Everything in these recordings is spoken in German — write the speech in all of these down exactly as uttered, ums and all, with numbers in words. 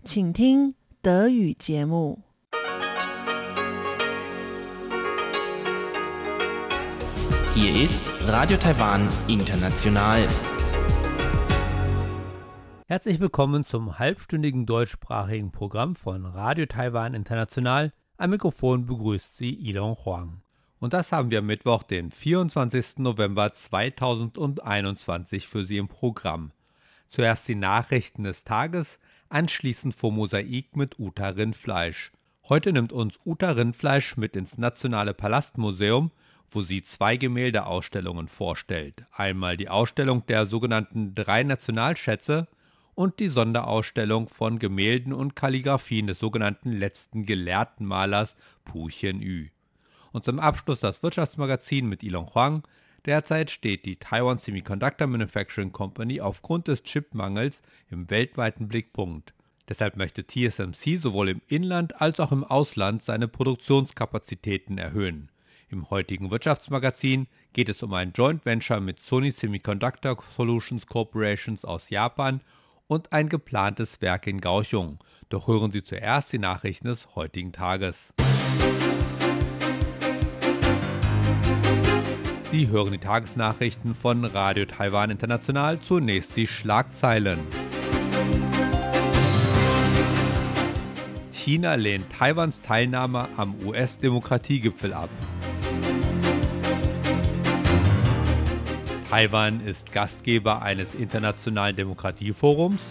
请听德语节目。 Hier ist Radio Taiwan International. Herzlich willkommen zum halbstündigen deutschsprachigen Programm von Radio Taiwan International. Am Mikrofon begrüßt Sie Ilon Huang. Und das haben wir am Mittwoch, den vierundzwanzigsten November zweitausendeinundzwanzig für Sie im Programm. Zuerst die Nachrichten des Tages, anschließend vor Mosaik mit Uta Rindfleisch. Heute nimmt uns Uta Rindfleisch mit ins Nationale Palastmuseum, wo sie zwei Gemäldeausstellungen vorstellt. Einmal die Ausstellung der sogenannten drei Nationalschätze und die Sonderausstellung von Gemälden und Kalligraphien des sogenannten letzten gelehrten Malers Pu Qianyu. Und zum Abschluss das Wirtschaftsmagazin mit Ilon Huang. Derzeit steht die Taiwan Semiconductor Manufacturing Company aufgrund des Chipmangels im weltweiten Blickpunkt. Deshalb möchte T S M C sowohl im Inland als auch im Ausland seine Produktionskapazitäten erhöhen. Im heutigen Wirtschaftsmagazin geht es um ein Joint Venture mit Sony Semiconductor Solutions Corporations aus Japan und ein geplantes Werk in Kaohsiung. Doch hören Sie zuerst die Nachrichten des heutigen Tages. Sie hören die Tagesnachrichten von Radio Taiwan International. Zunächst die Schlagzeilen. China lehnt Taiwans Teilnahme am U S-Demokratiegipfel ab. Taiwan ist Gastgeber eines internationalen Demokratieforums.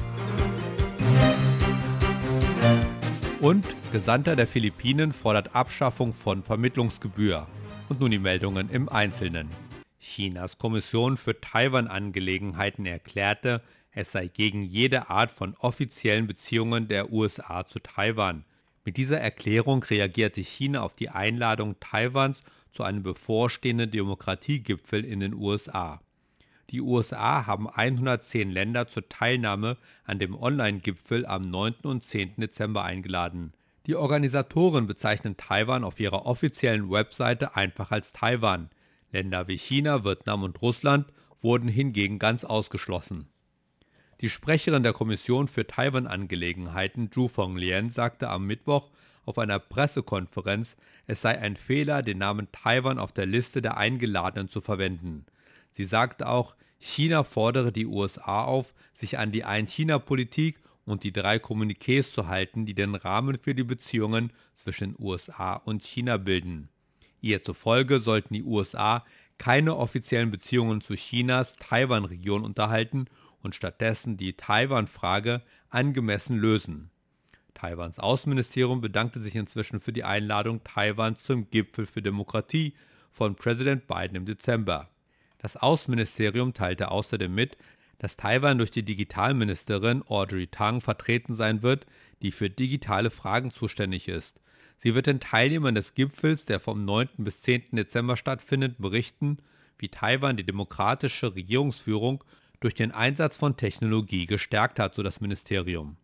Und Gesandter der Philippinen fordert Abschaffung von Vermittlungsgebühr. Und nun die Meldungen im Einzelnen. Chinas Kommission für Taiwan-Angelegenheiten erklärte, es sei gegen jede Art von offiziellen Beziehungen der U S A zu Taiwan. Mit dieser Erklärung reagierte China auf die Einladung Taiwans zu einem bevorstehenden Demokratiegipfel in den U S A. Die U S A haben hundertzehn Länder zur Teilnahme an dem Online-Gipfel am neunten und zehnten Dezember eingeladen. Die Organisatoren bezeichnen Taiwan auf ihrer offiziellen Webseite einfach als Taiwan. Länder wie China, Vietnam und Russland wurden hingegen ganz ausgeschlossen. Die Sprecherin der Kommission für Taiwan-Angelegenheiten, Zhu Fenglian, sagte am Mittwoch auf einer Pressekonferenz, es sei ein Fehler, den Namen Taiwan auf der Liste der Eingeladenen zu verwenden. Sie sagte auch, China fordere die U S A auf, sich an die Ein-China-Politik und die drei Kommuniqués zu halten, die den Rahmen für die Beziehungen zwischen U S A und China bilden. Ihr zufolge sollten die U S A keine offiziellen Beziehungen zu Chinas Taiwan-Region unterhalten und stattdessen die Taiwan-Frage angemessen lösen. Taiwans Außenministerium bedankte sich inzwischen für die Einladung Taiwans zum Gipfel für Demokratie von Präsident Biden im Dezember. Das Außenministerium teilte außerdem mit, dass Taiwan durch die Digitalministerin Audrey Tang vertreten sein wird, die für digitale Fragen zuständig ist. Sie wird den Teilnehmern des Gipfels, der vom neunten bis zehnten Dezember stattfindet, berichten, wie Taiwan die demokratische Regierungsführung durch den Einsatz von Technologie gestärkt hat, so das Ministerium.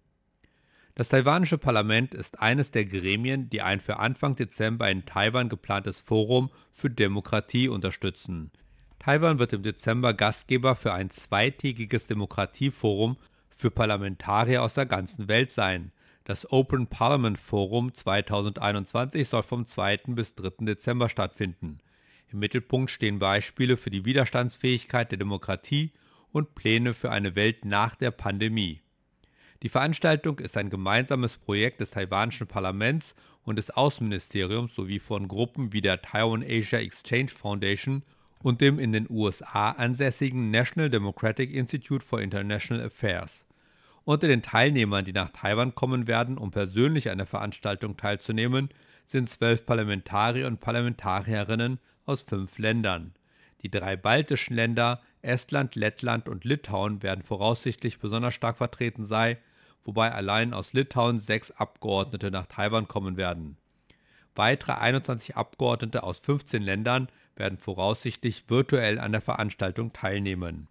Das taiwanische Parlament ist eines der Gremien, die ein für Anfang Dezember in Taiwan geplantes Forum für Demokratie unterstützen. Taiwan wird im Dezember Gastgeber für ein zweitägiges Demokratieforum für Parlamentarier aus der ganzen Welt sein. Das Open Parliament Forum zweitausendeinundzwanzig soll vom zweiten bis dritten Dezember stattfinden. Im Mittelpunkt stehen Beispiele für die Widerstandsfähigkeit der Demokratie und Pläne für eine Welt nach der Pandemie. Die Veranstaltung ist ein gemeinsames Projekt des taiwanischen Parlaments und des Außenministeriums sowie von Gruppen wie der Taiwan Asia Exchange Foundation und dem in den U S A ansässigen National Democratic Institute for International Affairs. Unter den Teilnehmern, die nach Taiwan kommen werden, um persönlich an der Veranstaltung teilzunehmen, sind zwölf Parlamentarier und Parlamentarierinnen aus fünf Ländern. Die drei baltischen Länder, Estland, Lettland und Litauen, werden voraussichtlich besonders stark vertreten sein, wobei allein aus Litauen sechs Abgeordnete nach Taiwan kommen werden. Weitere einundzwanzig Abgeordnete aus fünfzehn Ländern werden voraussichtlich virtuell an der Veranstaltung teilnehmen.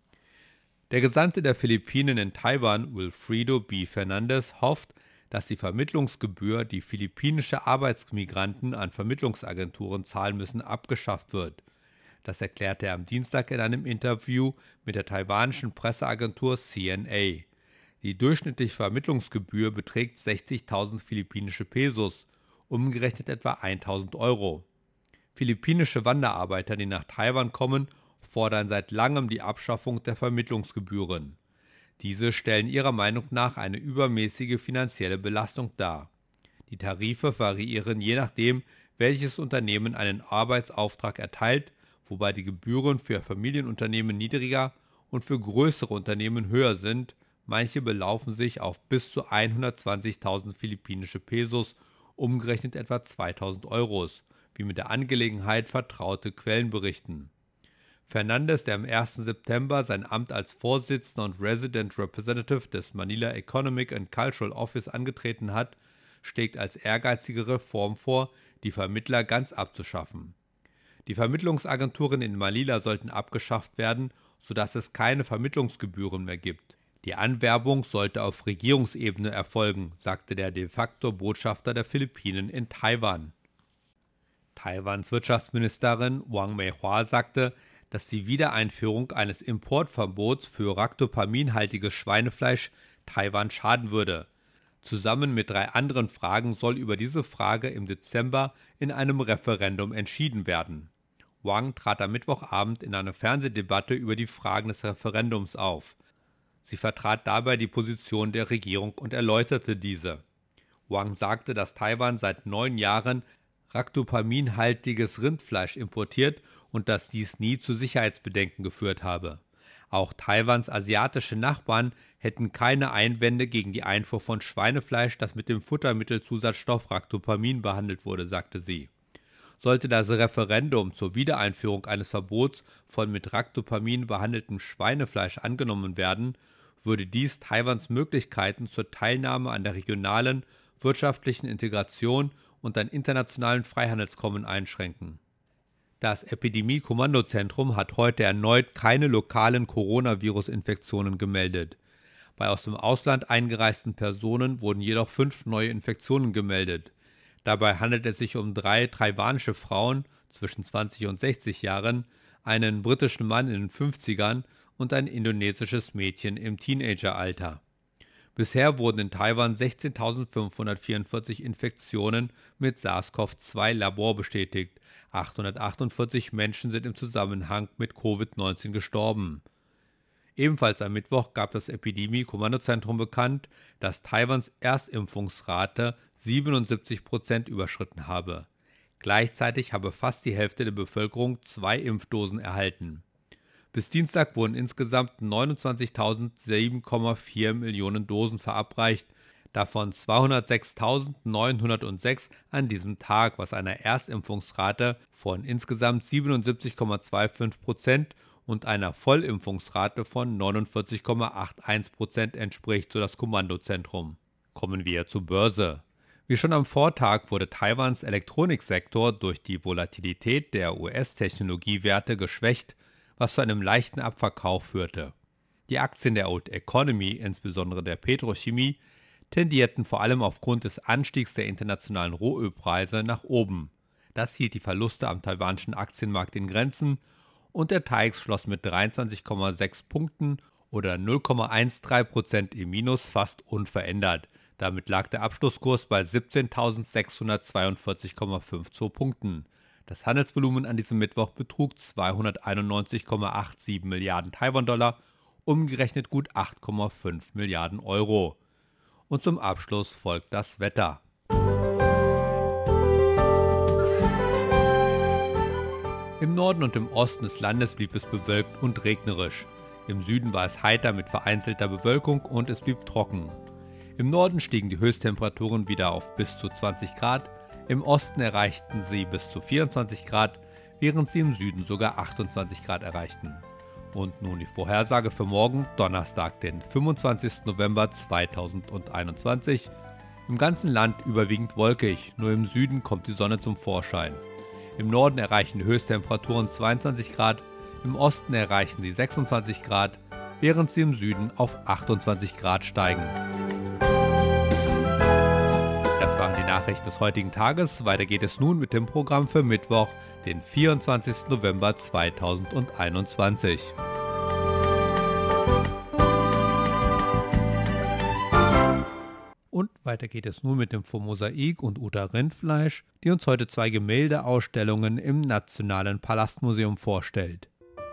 Der Gesandte der Philippinen in Taiwan, Wilfredo B. Fernandez, hofft, dass die Vermittlungsgebühr, die philippinische Arbeitsmigranten an Vermittlungsagenturen zahlen müssen, abgeschafft wird. Das erklärte er am Dienstag in einem Interview mit der taiwanischen Presseagentur C N A. Die durchschnittliche Vermittlungsgebühr beträgt sechzigtausend philippinische Pesos, umgerechnet etwa tausend Euro. Philippinische Wanderarbeiter, die nach Taiwan kommen, fordern seit langem die Abschaffung der Vermittlungsgebühren. Diese stellen ihrer Meinung nach eine übermäßige finanzielle Belastung dar. Die Tarife variieren je nachdem, welches Unternehmen einen Arbeitsauftrag erteilt, wobei die Gebühren für Familienunternehmen niedriger und für größere Unternehmen höher sind. Manche belaufen sich auf bis zu hundertzwanzigtausend philippinische Pesos, umgerechnet etwa zweitausend Euros, wie mit der Angelegenheit vertraute Quellen berichten. Fernandes, der am ersten September sein Amt als Vorsitzender und Resident Representative des Manila Economic and Cultural Office angetreten hat, schlägt als ehrgeizige Reform vor, die Vermittler ganz abzuschaffen. Die Vermittlungsagenturen in Manila sollten abgeschafft werden, sodass es keine Vermittlungsgebühren mehr gibt. Die Anwerbung sollte auf Regierungsebene erfolgen, sagte der de facto Botschafter der Philippinen in Taiwan. Taiwans Wirtschaftsministerin Wang Mei-hua sagte, dass die Wiedereinführung eines Importverbots für ractopaminhaltiges Schweinefleisch Taiwan schaden würde. Zusammen mit drei anderen Fragen soll über diese Frage im Dezember in einem Referendum entschieden werden. Wang trat am Mittwochabend in einer Fernsehdebatte über die Fragen des Referendums auf. Sie vertrat dabei die Position der Regierung und erläuterte diese. Wang sagte, dass Taiwan seit neun Jahren ractopaminhaltiges Rindfleisch importiert und dass dies nie zu Sicherheitsbedenken geführt habe. Auch Taiwans asiatische Nachbarn hätten keine Einwände gegen die Einfuhr von Schweinefleisch, das mit dem Futtermittelzusatzstoff Ractopamin behandelt wurde, sagte sie. Sollte das Referendum zur Wiedereinführung eines Verbots von mit Ractopamin behandeltem Schweinefleisch angenommen werden, würde dies Taiwans Möglichkeiten zur Teilnahme an der regionalen wirtschaftlichen Integration und an internationalen Freihandelskommen einschränken. Das Epidemie-Kommandozentrum hat heute erneut keine lokalen Coronavirus-Infektionen gemeldet. Bei aus dem Ausland eingereisten Personen wurden jedoch fünf neue Infektionen gemeldet. Dabei handelt es sich um drei taiwanische Frauen zwischen zwanzig und sechzig Jahren, einen britischen Mann in den fünfzigern und ein indonesisches Mädchen im Teenageralter. Bisher wurden in Taiwan sechzehntausendfünfhundertvierundvierzig Infektionen mit SARS-C o V zwei Labor bestätigt. achthundertachtundvierzig Menschen sind im Zusammenhang mit Covid neunzehn gestorben. Ebenfalls am Mittwoch gab das Epidemie-Kommandozentrum bekannt, dass Taiwans Erstimpfungsrate siebenundsiebzig Prozent überschritten habe. Gleichzeitig habe fast die Hälfte der Bevölkerung zwei Impfdosen erhalten. Bis Dienstag wurden insgesamt neunundzwanzigtausendsieben Komma vier Millionen Dosen verabreicht, davon zweihundertsechstausendneunhundertsechs an diesem Tag, was einer Erstimpfungsrate von insgesamt siebenundsiebzig Komma fünfundzwanzig Prozent und einer Vollimpfungsrate von neunundvierzig Komma einundachtzig Prozent entspricht, so das Kommandozentrum. Kommen wir zur Börse. Wie schon am Vortag wurde Taiwans Elektroniksektor durch die Volatilität der U S-Technologiewerte geschwächt, was zu einem leichten Abverkauf führte. Die Aktien der Old Economy, insbesondere der Petrochemie, tendierten vor allem aufgrund des Anstiegs der internationalen Rohölpreise nach oben. Das hielt die Verluste am taiwanischen Aktienmarkt in Grenzen und der T A I X schloss mit dreiundzwanzig Komma sechs Punkten oder null Komma dreizehn Prozent im Minus fast unverändert. Damit lag der Abschlusskurs bei siebzehntausendsechshundertzweiundvierzig Komma zweiundfünfzig Punkten. Das Handelsvolumen an diesem Mittwoch betrug zweihunderteinundneunzig Komma siebenundachtzig Milliarden Taiwan-Dollar, umgerechnet gut acht Komma fünf Milliarden Euro. Und zum Abschluss folgt das Wetter. Im Norden und im Osten des Landes blieb es bewölkt und regnerisch. Im Süden war es heiter mit vereinzelter Bewölkung und es blieb trocken. Im Norden stiegen die Höchsttemperaturen wieder auf bis zu zwanzig Grad, im Osten erreichten sie bis zu vierundzwanzig Grad, während sie im Süden sogar achtundzwanzig Grad erreichten. Und nun die Vorhersage für morgen, Donnerstag, den fünfundzwanzigsten November zweitausendeinundzwanzig. Im ganzen Land überwiegend wolkig, nur im Süden kommt die Sonne zum Vorschein. Im Norden erreichen die Höchsttemperaturen zweiundzwanzig Grad, im Osten erreichen sie sechsundzwanzig Grad, während sie im Süden auf achtundzwanzig Grad steigen. Das waren die Nachrichten des heutigen Tages. Weiter geht es nun mit dem Programm für Mittwoch, den vierundzwanzigsten November zweitausendeinundzwanzig. Und weiter geht es nun mit dem Mosaik und Uta Rindfleisch, die uns heute zwei Gemäldeausstellungen im Nationalen Palastmuseum vorstellt.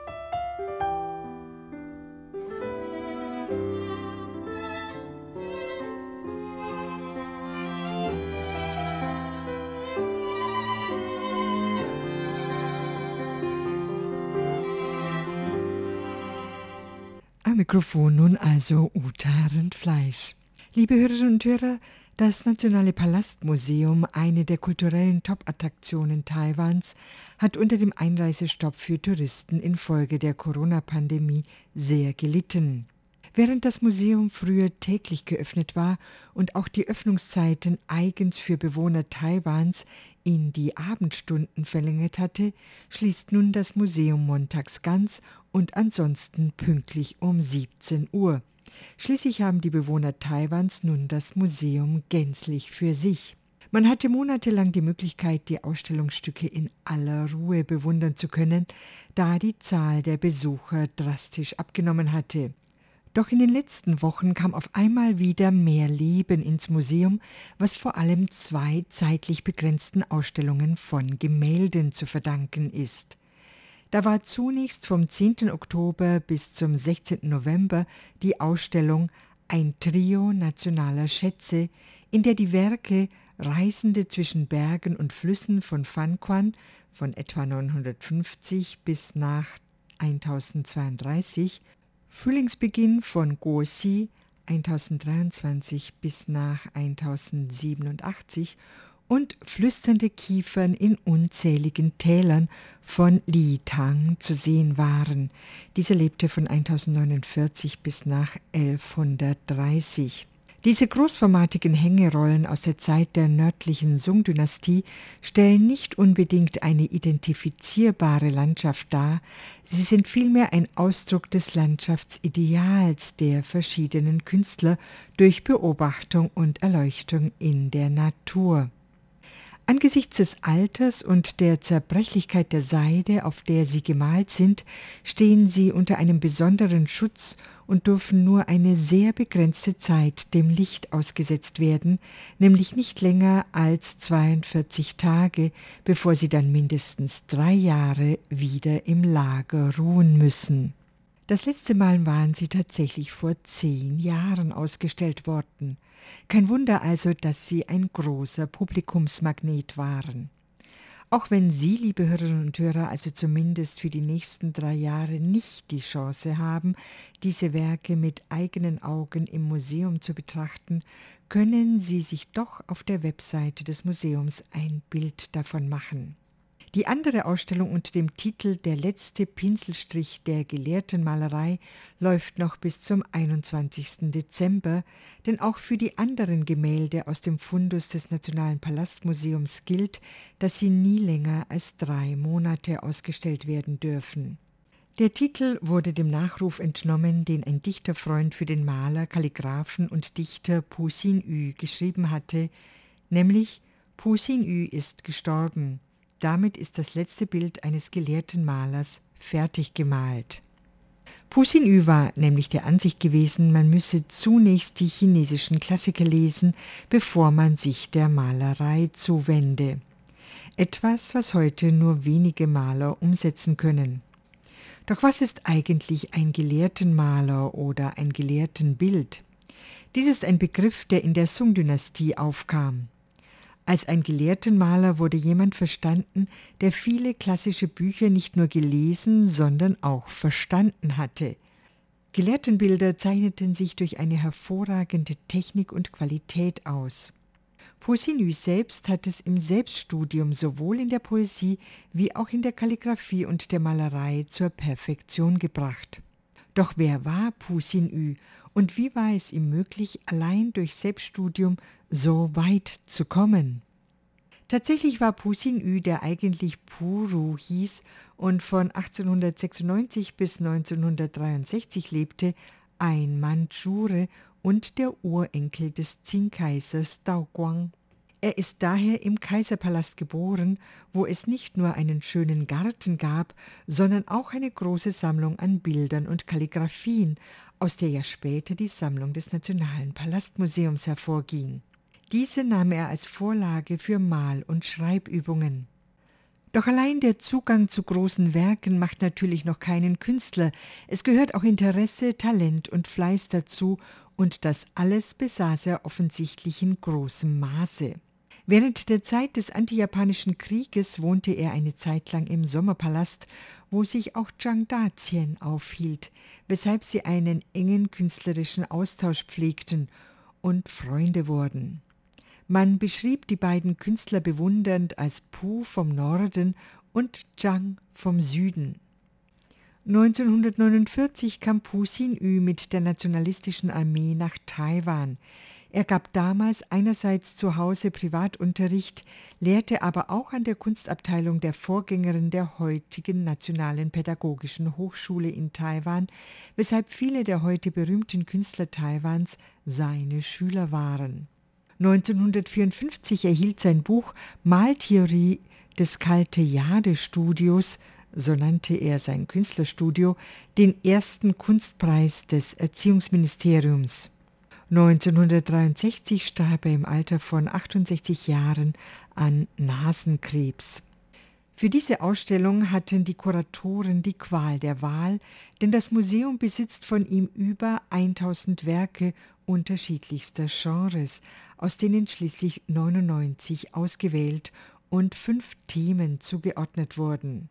Am Mikrofon nun also Uta Rindfleisch. Liebe Hörerinnen und Hörer, das Nationale Palastmuseum, eine der kulturellen Top-Attraktionen Taiwans, hat unter dem Einreisestopp für Touristen infolge der Corona-Pandemie sehr gelitten. Während das Museum früher täglich geöffnet war und auch die Öffnungszeiten eigens für Bewohner Taiwans in die Abendstunden verlängert hatte, schließt nun das Museum montags ganz und ansonsten pünktlich um siebzehn Uhr. Schließlich haben die Bewohner Taiwans nun das Museum gänzlich für sich. Man hatte monatelang die Möglichkeit, die Ausstellungsstücke in aller Ruhe bewundern zu können, da die Zahl der Besucher drastisch abgenommen hatte. Doch in den letzten Wochen kam auf einmal wieder mehr Leben ins Museum, was vor allem zwei zeitlich begrenzten Ausstellungen von Gemälden zu verdanken ist. Da war zunächst vom zehnten Oktober bis zum sechzehnten November die Ausstellung Ein Trio nationaler Schätze, in der die Werke Reisende zwischen Bergen und Flüssen von Fan Quan von etwa neunhundertfünfzig bis nach tausendzweiunddreißig, Frühlingsbeginn von Guo Xi tausenddreiundzwanzig bis nach tausendsiebenundachtzig und flüsternde Kiefern in unzähligen Tälern von Li Tang zu sehen waren. Dieser lebte von tausendneunundvierzig bis nach elfhundertdreißig. Diese großformatigen Hängerollen aus der Zeit der nördlichen Sung-Dynastie stellen nicht unbedingt eine identifizierbare Landschaft dar, sie sind vielmehr ein Ausdruck des Landschaftsideals der verschiedenen Künstler durch Beobachtung und Erleuchtung in der Natur. Angesichts des Alters und der Zerbrechlichkeit der Seide, auf der sie gemalt sind, stehen sie unter einem besonderen Schutz und dürfen nur eine sehr begrenzte Zeit dem Licht ausgesetzt werden, nämlich nicht länger als zweiundvierzig Tage, bevor sie dann mindestens drei Jahre wieder im Lager ruhen müssen. Das letzte Mal waren sie tatsächlich vor zehn Jahren ausgestellt worden. Kein Wunder also, dass sie ein großer Publikumsmagnet waren. Auch wenn Sie, liebe Hörerinnen und Hörer, also zumindest für die nächsten drei Jahre nicht die Chance haben, diese Werke mit eigenen Augen im Museum zu betrachten, können Sie sich doch auf der Webseite des Museums ein Bild davon machen. Die andere Ausstellung unter dem Titel »Der letzte Pinselstrich der Gelehrtenmalerei« läuft noch bis zum einundzwanzigsten Dezember, denn auch für die anderen Gemälde aus dem Fundus des Nationalen Palastmuseums gilt, dass sie nie länger als drei Monate ausgestellt werden dürfen. Der Titel wurde dem Nachruf entnommen, den ein Dichterfreund für den Maler, Kalligraphen und Dichter Pu Xinyu geschrieben hatte, nämlich »Pu Xinyu ist gestorben«. Damit ist das letzte Bild eines gelehrten Malers fertig gemalt. Pu Xinyu war nämlich der Ansicht gewesen, man müsse zunächst die chinesischen Klassiker lesen, bevor man sich der Malerei zuwende. Etwas, was heute nur wenige Maler umsetzen können. Doch was ist eigentlich ein Gelehrtenmaler oder ein Gelehrtenbild? Dies ist ein Begriff, der in der Sung-Dynastie aufkam. Als ein Gelehrtenmaler wurde jemand verstanden, der viele klassische Bücher nicht nur gelesen, sondern auch verstanden hatte. Gelehrtenbilder zeichneten sich durch eine hervorragende Technik und Qualität aus. Pu Xinyu selbst hat es im Selbststudium sowohl in der Poesie wie auch in der Kalligraphie und der Malerei zur Perfektion gebracht. Doch wer war Pu Xinyu und wie war es ihm möglich, allein durch Selbststudium so weit zu kommen? Tatsächlich war Pu Xinyu, der eigentlich Puru hieß und von achtzehnhundertsechsundneunzig bis neunzehnhundertdreiundsechzig lebte, ein Mandschure und der Urenkel des Qing-Kaisers Daoguang. Er ist daher im Kaiserpalast geboren, wo es nicht nur einen schönen Garten gab, sondern auch eine große Sammlung an Bildern und Kalligraphien, aus der ja später die Sammlung des Nationalen Palastmuseums hervorging. Diese nahm er als Vorlage für Mal- und Schreibübungen. Doch allein der Zugang zu großen Werken macht natürlich noch keinen Künstler. Es gehört auch Interesse, Talent und Fleiß dazu, und das alles besaß er offensichtlich in großem Maße. Während der Zeit des antijapanischen Krieges wohnte er eine Zeit lang im Sommerpalast, wo sich auch Zhang Dazien aufhielt, weshalb sie einen engen künstlerischen Austausch pflegten und Freunde wurden. Man beschrieb die beiden Künstler bewundernd als Pu vom Norden und Zhang vom Süden. neunzehnhundertneunundvierzig kam Pu Xinyu mit der nationalistischen Armee nach Taiwan. Er gab damals einerseits zu Hause Privatunterricht, lehrte aber auch an der Kunstabteilung der Vorgängerin der heutigen Nationalen Pädagogischen Hochschule in Taiwan, weshalb viele der heute berühmten Künstler Taiwans seine Schüler waren. neunzehnhundertvierundfünfzig erhielt sein Buch Maltheorie des Kalte-Jade-Studios, so nannte er sein Künstlerstudio, den ersten Kunstpreis des Erziehungsministeriums. neunzehnhundertdreiundsechzig starb er im Alter von achtundsechzig Jahren an Nasenkrebs. Für diese Ausstellung hatten die Kuratoren die Qual der Wahl, denn das Museum besitzt von ihm über tausend Werke unterschiedlichster Genres, aus denen schließlich neunundneunzig ausgewählt und fünf Themen zugeordnet wurden.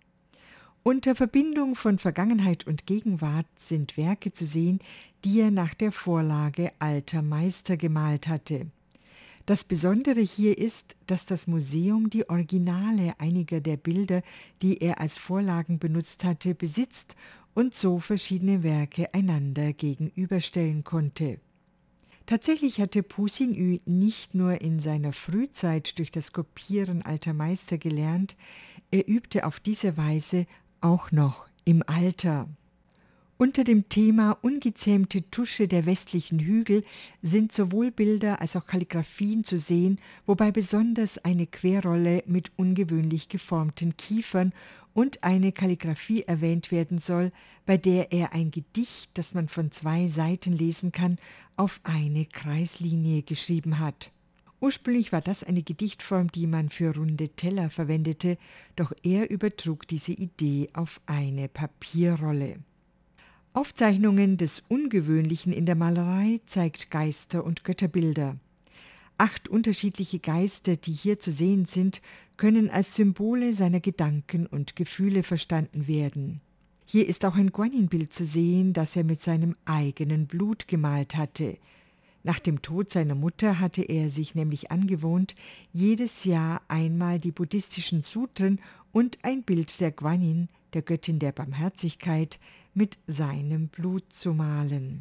Unter Verbindung von Vergangenheit und Gegenwart sind Werke zu sehen, die er nach der Vorlage alter Meister gemalt hatte. Das Besondere hier ist, dass das Museum die Originale einiger der Bilder, die er als Vorlagen benutzt hatte, besitzt und so verschiedene Werke einander gegenüberstellen konnte. Tatsächlich hatte Pu Xinyu nicht nur in seiner Frühzeit durch das Kopieren alter Meister gelernt, er übte auf diese Weise auch noch im Alter. Unter dem Thema ungezähmte Tusche der westlichen Hügel sind sowohl Bilder als auch Kalligraphien zu sehen, wobei besonders eine Querrolle mit ungewöhnlich geformten Kiefern und eine Kalligraphie erwähnt werden soll, bei der er ein Gedicht, das man von zwei Seiten lesen kann, auf eine Kreislinie geschrieben hat. Ursprünglich war das eine Gedichtform, die man für runde Teller verwendete, doch er übertrug diese Idee auf eine Papierrolle. Aufzeichnungen des Ungewöhnlichen in der Malerei zeigt Geister- und Götterbilder. Acht unterschiedliche Geister, die hier zu sehen sind, können als Symbole seiner Gedanken und Gefühle verstanden werden. Hier ist auch ein Guanyin-Bild zu sehen, das er mit seinem eigenen Blut gemalt hatte. Nach dem Tod seiner Mutter hatte er sich nämlich angewohnt, jedes Jahr einmal die buddhistischen Sutren und ein Bild der Guanyin, der Göttin der Barmherzigkeit, mit seinem Blut zu malen.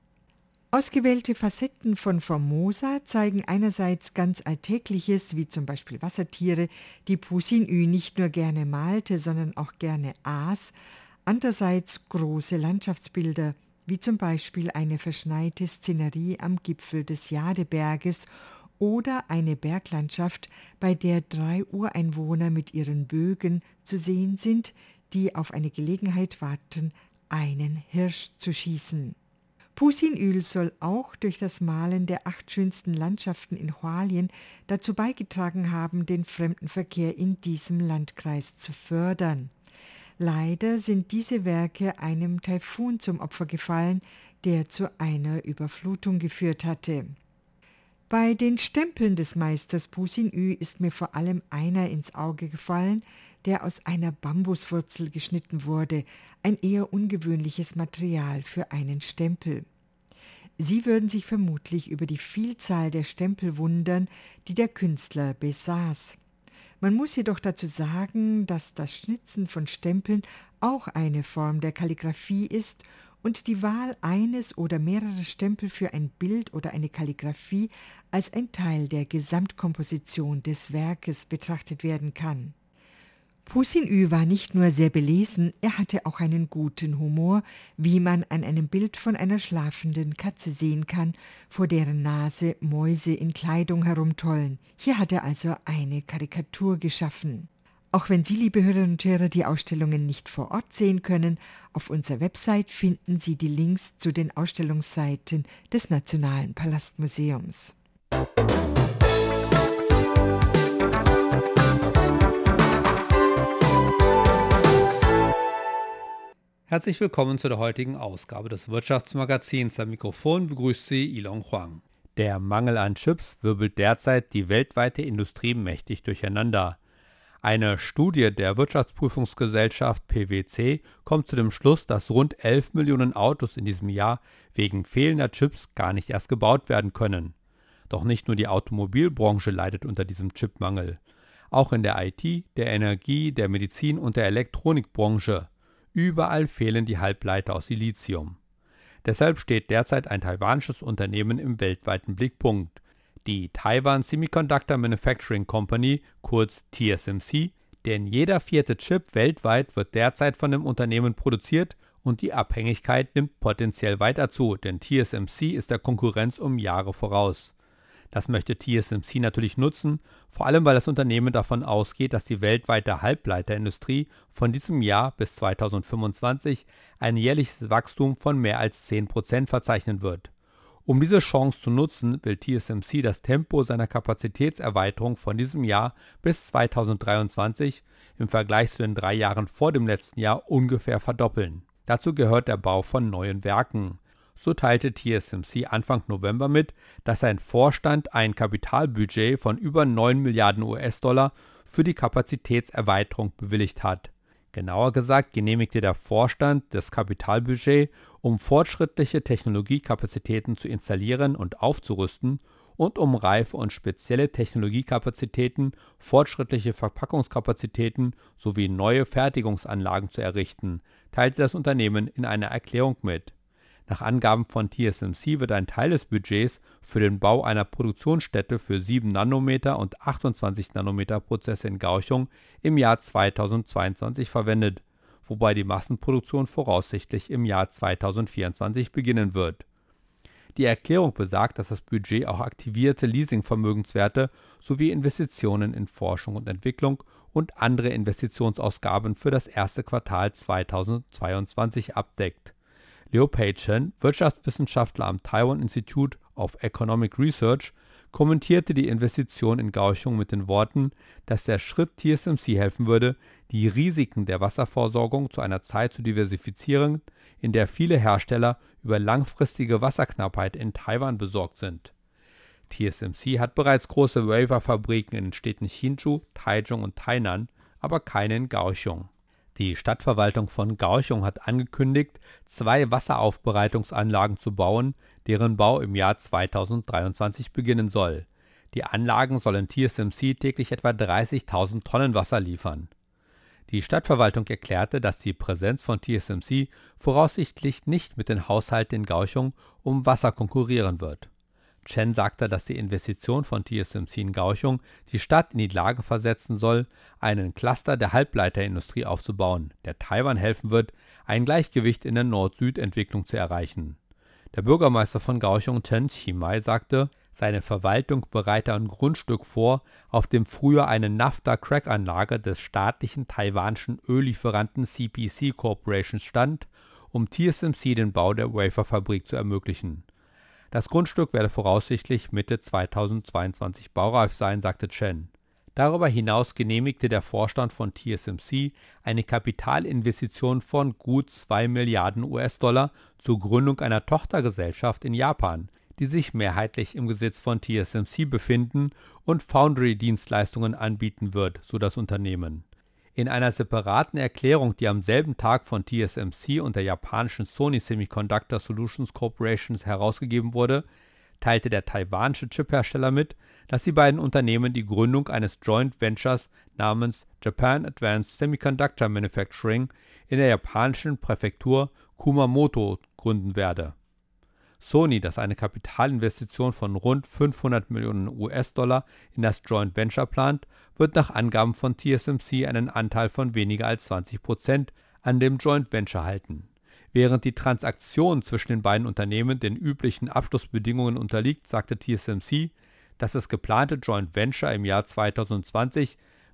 Ausgewählte Facetten von Formosa zeigen einerseits ganz Alltägliches, wie zum Beispiel Wassertiere, die Pu Xinyu nicht nur gerne malte, sondern auch gerne aß, andererseits große Landschaftsbilder, wie zum Beispiel eine verschneite Szenerie am Gipfel des Jadeberges oder eine Berglandschaft, bei der drei Ureinwohner mit ihren Bögen zu sehen sind, die auf eine Gelegenheit warten, einen Hirsch zu schießen. Pu Xinyu soll auch durch das Malen der acht schönsten Landschaften in Hualien dazu beigetragen haben, den Fremdenverkehr in diesem Landkreis zu fördern. Leider sind diese Werke einem Taifun zum Opfer gefallen, der zu einer Überflutung geführt hatte. Bei den Stempeln des Meisters Pu Xinyu ist mir vor allem einer ins Auge gefallen, der aus einer Bambuswurzel geschnitten wurde, ein eher ungewöhnliches Material für einen Stempel. Sie würden sich vermutlich über die Vielzahl der Stempel wundern, die der Künstler besaß. Man muss jedoch dazu sagen, dass das Schnitzen von Stempeln auch eine Form der Kalligraphie ist und die Wahl eines oder mehrerer Stempel für ein Bild oder eine Kalligraphie als ein Teil der Gesamtkomposition des Werkes betrachtet werden kann. Pu Xinyu war nicht nur sehr belesen, er hatte auch einen guten Humor, wie man an einem Bild von einer schlafenden Katze sehen kann, vor deren Nase Mäuse in Kleidung herumtollen. Hier hat er also eine Karikatur geschaffen. Auch wenn Sie, liebe Hörerinnen und Hörer, die Ausstellungen nicht vor Ort sehen können, auf unserer Website finden Sie die Links zu den Ausstellungsseiten des Nationalen Palastmuseums. Herzlich willkommen zu der heutigen Ausgabe des Wirtschaftsmagazins. Am Mikrofon begrüßt Sie Ilon Huang. Der Mangel an Chips wirbelt derzeit die weltweite Industrie mächtig durcheinander. Eine Studie der Wirtschaftsprüfungsgesellschaft P W C kommt zu dem Schluss, dass rund elf Millionen Autos in diesem Jahr wegen fehlender Chips gar nicht erst gebaut werden können. Doch nicht nur die Automobilbranche leidet unter diesem Chipmangel. Auch in der I T, der Energie, der Medizin und der Elektronikbranche. Überall fehlen die Halbleiter aus Silizium. Deshalb steht derzeit ein taiwanisches Unternehmen im weltweiten Blickpunkt. Die Taiwan Semiconductor Manufacturing Company, kurz T S M C, denn jeder vierte Chip weltweit wird derzeit von dem Unternehmen produziert und die Abhängigkeit nimmt potenziell weiter zu, denn T S M C ist der Konkurrenz um Jahre voraus. Das möchte T S M C natürlich nutzen, vor allem weil das Unternehmen davon ausgeht, dass die weltweite Halbleiterindustrie von diesem Jahr bis zweitausendfünfundzwanzig ein jährliches Wachstum von mehr als zehn Prozent verzeichnen wird. Um diese Chance zu nutzen, will T S M C das Tempo seiner Kapazitätserweiterung von diesem Jahr bis zweitausenddreiundzwanzig im Vergleich zu den drei Jahren vor dem letzten Jahr ungefähr verdoppeln. Dazu gehört der Bau von neuen Werken. So teilte T S M C Anfang November mit, dass sein Vorstand ein Kapitalbudget von über neun Milliarden U S-Dollar für die Kapazitätserweiterung bewilligt hat. Genauer gesagt genehmigte der Vorstand das Kapitalbudget, um fortschrittliche Technologiekapazitäten zu installieren und aufzurüsten und um reife und spezielle Technologiekapazitäten, fortschrittliche Verpackungskapazitäten sowie neue Fertigungsanlagen zu errichten, teilte das Unternehmen in einer Erklärung mit. Nach Angaben von T S M C wird ein Teil des Budgets für den Bau einer Produktionsstätte für sieben Nanometer und achtundzwanzig Nanometer Prozesse in Kaohsiung im Jahr zweitausendzweiundzwanzig verwendet, wobei die Massenproduktion voraussichtlich im Jahr zweitausendvierundzwanzig beginnen wird. Die Erklärung besagt, dass das Budget auch aktivierte Leasingvermögenswerte sowie Investitionen in Forschung und Entwicklung und andere Investitionsausgaben für das erste Quartal zweitausendzweiundzwanzig abdeckt. Liu Peichen, Wirtschaftswissenschaftler am Taiwan Institute of Economic Research, kommentierte die Investition in Kaohsiung mit den Worten, dass der Schritt T S M C helfen würde, die Risiken der Wasserversorgung zu einer Zeit zu diversifizieren, in der viele Hersteller über langfristige Wasserknappheit in Taiwan besorgt sind. T S M C hat bereits große Waferfabriken in den Städten Hsinchu, Taichung und Tainan, aber keine in Kaohsiung. Die Stadtverwaltung von Kaohsiung hat angekündigt, zwei Wasseraufbereitungsanlagen zu bauen, deren Bau im Jahr zweitausenddreiundzwanzig beginnen soll. Die Anlagen sollen T S M C täglich etwa dreißigtausend Tonnen Wasser liefern. Die Stadtverwaltung erklärte, dass die Präsenz von T S M C voraussichtlich nicht mit den Haushalten in Kaohsiung um Wasser konkurrieren wird. Chen sagte, dass die Investition von T S M C in Kaohsiung die Stadt in die Lage versetzen soll, einen Cluster der Halbleiterindustrie aufzubauen, der Taiwan helfen wird, ein Gleichgewicht in der Nord-Süd-Entwicklung zu erreichen. Der Bürgermeister von Kaohsiung, Chen Qimai, sagte, seine Verwaltung bereite ein Grundstück vor, auf dem früher eine Naphtha-Crack-Anlage des staatlichen taiwanischen Öllieferanten C P C Corporation stand, um T S M C den Bau der Waferfabrik zu ermöglichen. Das Grundstück werde voraussichtlich Mitte zweitausendzweiundzwanzig baureif sein, sagte Chen. Darüber hinaus genehmigte der Vorstand von T S M C eine Kapitalinvestition von gut zwei Milliarden U S-Dollar zur Gründung einer Tochtergesellschaft in Japan, die sich mehrheitlich im Besitz von T S M C befinden und Foundry-Dienstleistungen anbieten wird, so das Unternehmen. In einer separaten Erklärung, die am selben Tag von T S M C und der japanischen Sony Semiconductor Solutions Corporation herausgegeben wurde, teilte der taiwanische Chiphersteller mit, dass die beiden Unternehmen die Gründung eines Joint Ventures namens Japan Advanced Semiconductor Manufacturing in der japanischen Präfektur Kumamoto gründen werde. Sony, das eine Kapitalinvestition von rund fünfhundert Millionen U S-Dollar in das Joint Venture plant, wird nach Angaben von T S M C einen Anteil von weniger als zwanzig Prozent an dem Joint Venture halten. Während die Transaktion zwischen den beiden Unternehmen den üblichen Abschlussbedingungen unterliegt, sagte T S M C, dass das geplante Joint Venture im Jahr zweitausendzwanzig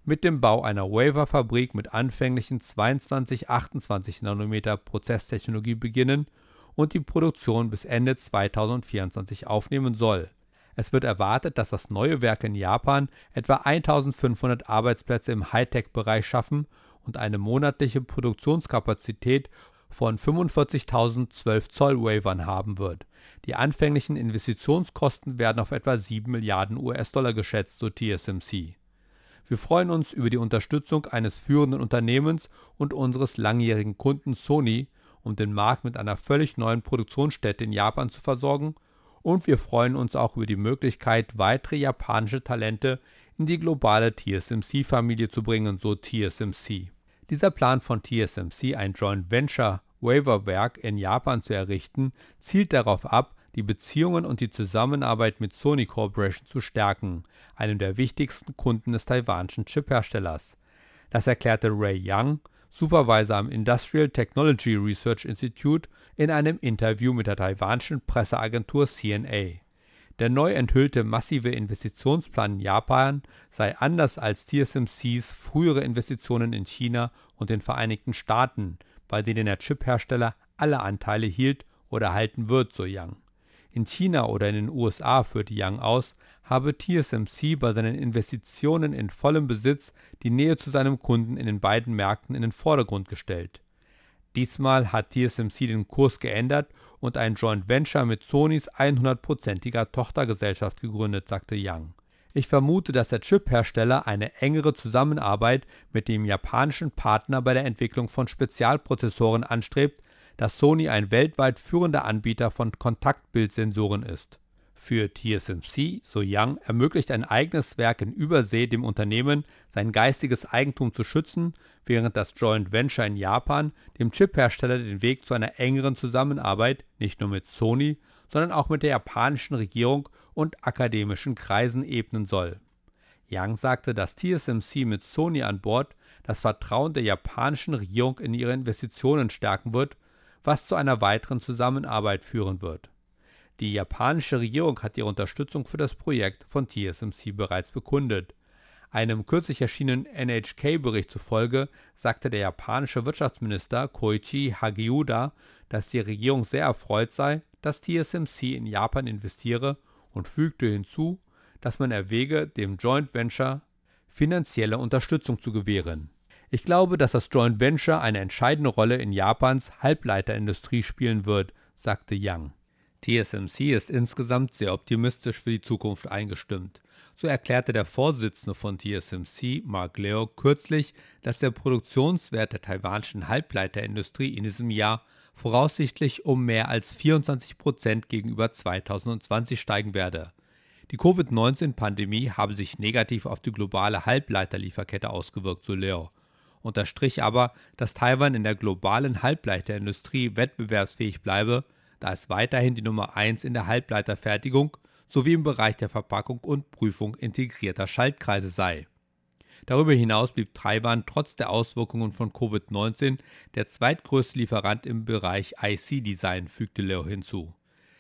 mit dem Bau einer Waferfabrik mit anfänglichen zweiundzwanzig achtundzwanzig Nanometer Prozesstechnologie beginnen und die Produktion bis Ende zweitausendvierundzwanzig aufnehmen soll. Es wird erwartet, dass das neue Werk in Japan etwa eintausendfünfhundert Arbeitsplätze im Hightech-Bereich schaffen und eine monatliche Produktionskapazität von fünfundvierzigtausend zwölf Zoll Wafern haben wird. Die anfänglichen Investitionskosten werden auf etwa sieben Milliarden U S-Dollar geschätzt, so T S M C. Wir freuen uns über die Unterstützung eines führenden Unternehmens und unseres langjährigen Kunden Sony, um den Markt mit einer völlig neuen Produktionsstätte in Japan zu versorgen, und wir freuen uns auch über die Möglichkeit, weitere japanische Talente in die globale T S M C-Familie zu bringen, so T S M C. Dieser Plan von T S M C, ein Joint Venture Waferwerk in Japan zu errichten, zielt darauf ab, die Beziehungen und die Zusammenarbeit mit Sony Corporation zu stärken, einem der wichtigsten Kunden des taiwanischen Chipherstellers. Das erklärte Ray Young, Supervisor am Industrial Technology Research Institute, in einem Interview mit der taiwanischen Presseagentur C N A. Der neu enthüllte massive Investitionsplan in Japan sei anders als T S M Cs frühere Investitionen in China und den Vereinigten Staaten, bei denen der Chiphersteller alle Anteile hielt oder halten wird, so Young. In China oder in den U S A, führte Young aus, habe T S M C bei seinen Investitionen in vollem Besitz die Nähe zu seinem Kunden in den beiden Märkten in den Vordergrund gestellt. Diesmal hat T S M C den Kurs geändert und ein Joint Venture mit Sonys hundertprozentiger Tochtergesellschaft gegründet, sagte Young. Ich vermute, dass der Chiphersteller eine engere Zusammenarbeit mit dem japanischen Partner bei der Entwicklung von Spezialprozessoren anstrebt, da Sony ein weltweit führender Anbieter von Kontaktbildsensoren ist. Für T S M C, so Young, ermöglicht ein eigenes Werk in Übersee dem Unternehmen, sein geistiges Eigentum zu schützen, während das Joint Venture in Japan dem Chiphersteller den Weg zu einer engeren Zusammenarbeit nicht nur mit Sony, sondern auch mit der japanischen Regierung und akademischen Kreisen ebnen soll. Young sagte, dass T S M C mit Sony an Bord das Vertrauen der japanischen Regierung in ihre Investitionen stärken wird, was zu einer weiteren Zusammenarbeit führen wird. Die japanische Regierung hat ihre Unterstützung für das Projekt von T S M C bereits bekundet. Einem kürzlich erschienenen N H K-Bericht zufolge sagte der japanische Wirtschaftsminister Koichi Hagiuda, dass die Regierung sehr erfreut sei, dass T S M C in Japan investiere, und fügte hinzu, dass man erwäge, dem Joint Venture finanzielle Unterstützung zu gewähren. Ich glaube, dass das Joint Venture eine entscheidende Rolle in Japans Halbleiterindustrie spielen wird, sagte Young. T S M C ist insgesamt sehr optimistisch für die Zukunft eingestimmt. So erklärte der Vorsitzende von T S M C, Mark Leo, kürzlich, dass der Produktionswert der taiwanischen Halbleiterindustrie in diesem Jahr voraussichtlich um mehr als vierundzwanzig Prozent gegenüber zweitausendzwanzig steigen werde. Die Covid neunzehn Pandemie habe sich negativ auf die globale Halbleiterlieferkette ausgewirkt, so Leo. Unterstrich aber, dass Taiwan in der globalen Halbleiterindustrie wettbewerbsfähig bleibe, da es weiterhin die Nummer eins in der Halbleiterfertigung sowie im Bereich der Verpackung und Prüfung integrierter Schaltkreise sei. Darüber hinaus blieb Taiwan trotz der Auswirkungen von Covid neunzehn der zweitgrößte Lieferant im Bereich I C-Design, fügte Leo hinzu.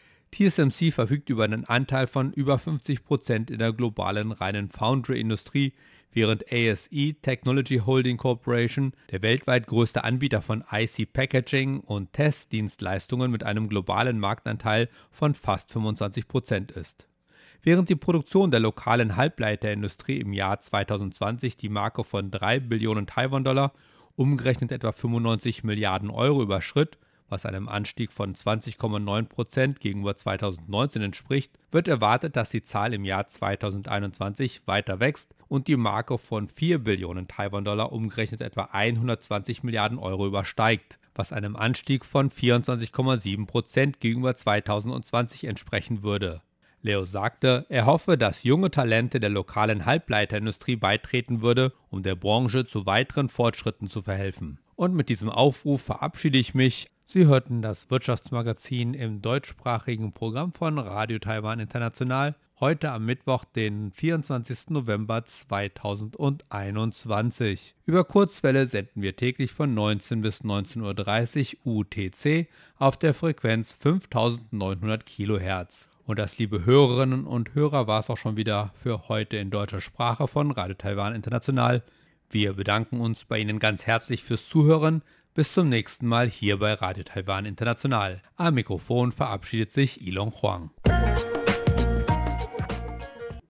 T S M C verfügt über einen Anteil von über fünfzig Prozent in der globalen reinen Foundry-Industrie, während A S E Technology Holding Corporation der weltweit größte Anbieter von I C-Packaging und Testdienstleistungen mit einem globalen Marktanteil von fast fünfundzwanzig Prozent ist. Während die Produktion der lokalen Halbleiterindustrie im Jahr zweitausendzwanzig die Marke von drei Billionen Taiwan-Dollar, umgerechnet etwa fünfundneunzig Milliarden Euro, überschritt, was einem Anstieg von zwanzig Komma neun Prozent gegenüber zweitausendneunzehn entspricht, wird erwartet, dass die Zahl im Jahr zweitausendeinundzwanzig weiter wächst und die Marke von vier Billionen Taiwan-Dollar, umgerechnet etwa hundertzwanzig Milliarden Euro, übersteigt, was einem Anstieg von vierundzwanzig Komma sieben Prozent gegenüber zweitausendzwanzig entsprechen würde. Leo sagte, er hoffe, dass junge Talente der lokalen Halbleiterindustrie beitreten würde, um der Branche zu weiteren Fortschritten zu verhelfen. Und mit diesem Aufruf verabschiede ich mich, Sie hörten das Wirtschaftsmagazin im deutschsprachigen Programm von Radio Taiwan International, heute am Mittwoch, den vierundzwanzigsten November zweitausendeinundzwanzig. Über Kurzwelle senden wir täglich von neunzehn bis neunzehn Uhr dreißig U T C auf der Frequenz fünftausendneunhundert Kilohertz. Und das, liebe Hörerinnen und Hörer, war es auch schon wieder für heute in deutscher Sprache von Radio Taiwan International. Wir bedanken uns bei Ihnen ganz herzlich fürs Zuhören. Bis zum nächsten Mal hier bei Radio Taiwan International. Am Mikrofon verabschiedet sich Ilon Huang.